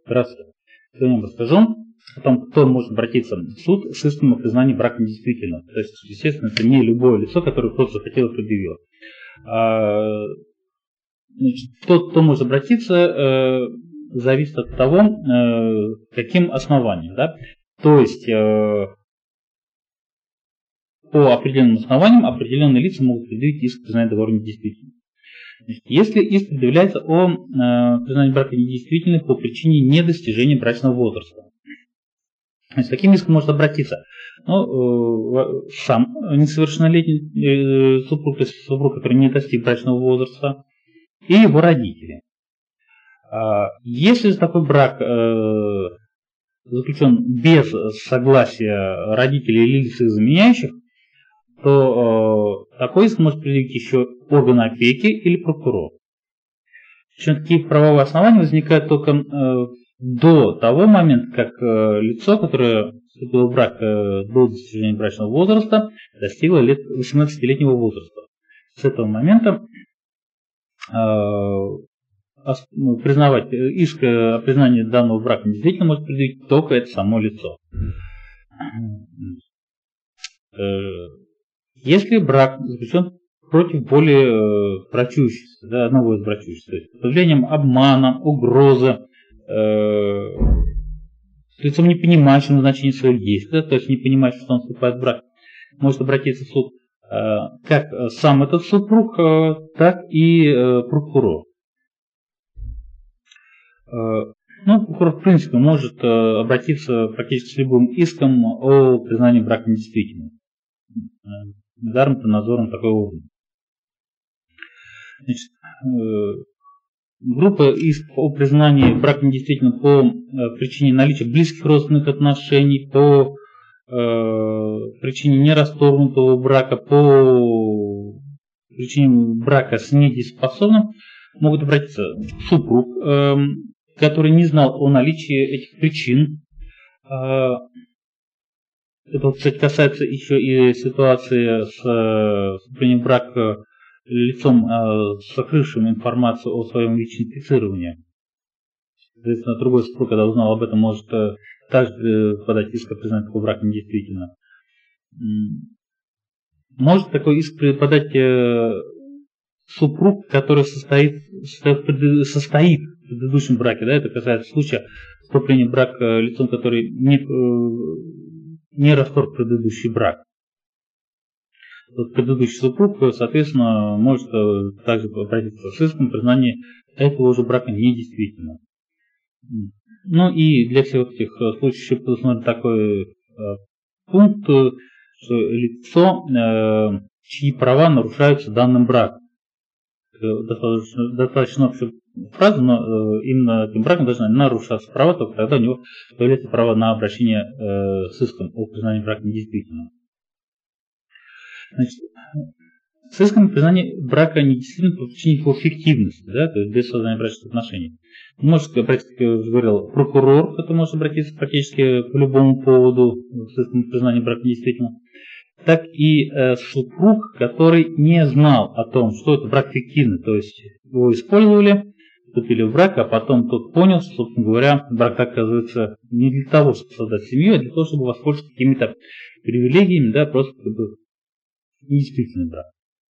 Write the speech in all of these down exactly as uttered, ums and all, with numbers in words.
Здравствуйте. Сегодня я вам расскажу о том, кто может обратиться в суд с иском о признании брака недействительным. То есть, естественно, это не любое лицо, которое кто-то захотел и предъявил. А, значит, тот, кто может обратиться, э, зависит от того, э, каким основанием. Да? То есть, э, по определенным основаниям определенные лица могут предъявить иск о признании договора недействительным. Если иск предъявляется о э, признании брака недействительным по причине недостижения брачного возраста. То есть, таким иском может обратиться ну, э, сам несовершеннолетний э, супруг, то есть супруг, который не достиг брачного возраста, и его родители. А если такой брак э, заключен без согласия родителей или лиц их заменяющих, то э, такой иск может предъявить еще орган опеки или прокурор. Причем такие правовые основания возникают только э, до того момента, как э, лицо, которое вступило в брак э, до достижения брачного возраста, достигло лет восемнадцатилетнего возраста. С этого момента э, ну, признавать иск о признании данного брака недействительным может предъявить только это само лицо. Э, если брак заключен против более брачующихся, да, одного из брачующихся, то есть под влиянием обмана, угрозы, э, с лицом не понимающим значение своих действий, да, то есть не понимающим, что он вступает в брак, может обратиться в суд э, как сам этот супруг, э, так и э, прокурор. Э, ну, прокурор, в принципе, может э, обратиться практически с любым иском о признании брака недействительным. Даром по надзору на такой уровень. Значит, э, группа иск о признании брака недействительным по э, причине наличия близких родственных отношений, по э, причине нерасторгнутого брака, по причине брака с недееспособным, могут обратиться супруг, э, который не знал о наличии этих причин. Э, это, кстати, касается еще и ситуации с вступлением в брак лицом, э, сокрывшим информацию о своем ВИЧ-инфицировании. Соответственно, другой супруг, когда узнал об этом, может э, также э, подать иск о признании такого брака недействительным. Может такой иск подать э, супруг, который состоит, состоит, состоит в предыдущем браке. Да, это касается случая вступления в брак э, лицом, который не, э, не расторг предыдущий брак. Предыдущий супруг, соответственно, может также обратиться с иском признания этого уже брака недействительным. Ну и для всех этих случаев предусмотрен такой э, пункт, что лицо, э, чьи права нарушаются данным браком. Достаточно, достаточно общая фраза, но э, именно этим браком должны нарушаться права, только тогда у него появляются права на обращение э, с иском о признании брака недействительным. Значит, с иском признания брака недействительным по причине его фиктивности, да, то есть без создания брачных отношений. Может обратиться, как я уже говорил, прокурор, который может обратиться практически по любому поводу с иском признания брака недействительным, так и э, супруг, который не знал о том, что это брак фиктивный, то есть его использовали, вступили в брак, а потом тот понял, что, собственно говоря, брак оказывается не для того, чтобы создать семью, а для того, чтобы воспользоваться какими-то привилегиями, да, просто как бы недействительный брак.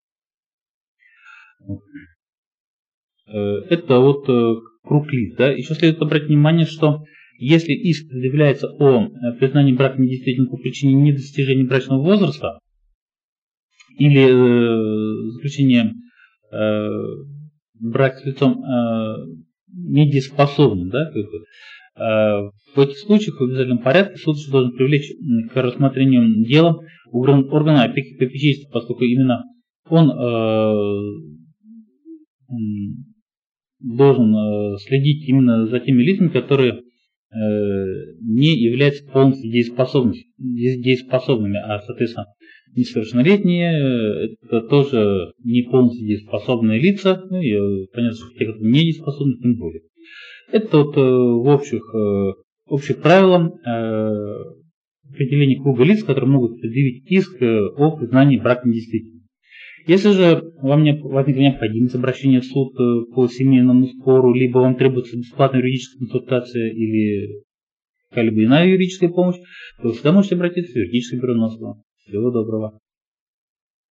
Это вот круг лиц. Да? Еще следует обратить внимание, что если иск предъявляется о признании брака недействительным по причине недостижения брачного возраста или э, заключения э, брака с лицом э, недееспособным, да, как бы, э, в этих случаях в обязательном порядке суд должен привлечь к рассмотрению дела органа опеки и попечительства, поскольку именно он э, должен э, следить именно за теми лицами, которые э, не являются полностью дееспособными, дееспособными, а, соответственно, несовершеннолетние, это тоже не полностью дееспособные лица, ну и понятно, что те, которые не дееспособны, тем более. Это вот э, в общих, э, общих правилах э, определение круга лиц, которые могут предъявить иск о признании брака недействительным. Если же вам возникла необходимость обращения в суд по семейному спору, либо вам требуется бесплатная юридическая консультация или какая-либо иная юридическая помощь, то вы всегда можете обратиться в юридическое бюро Носова. Всего доброго.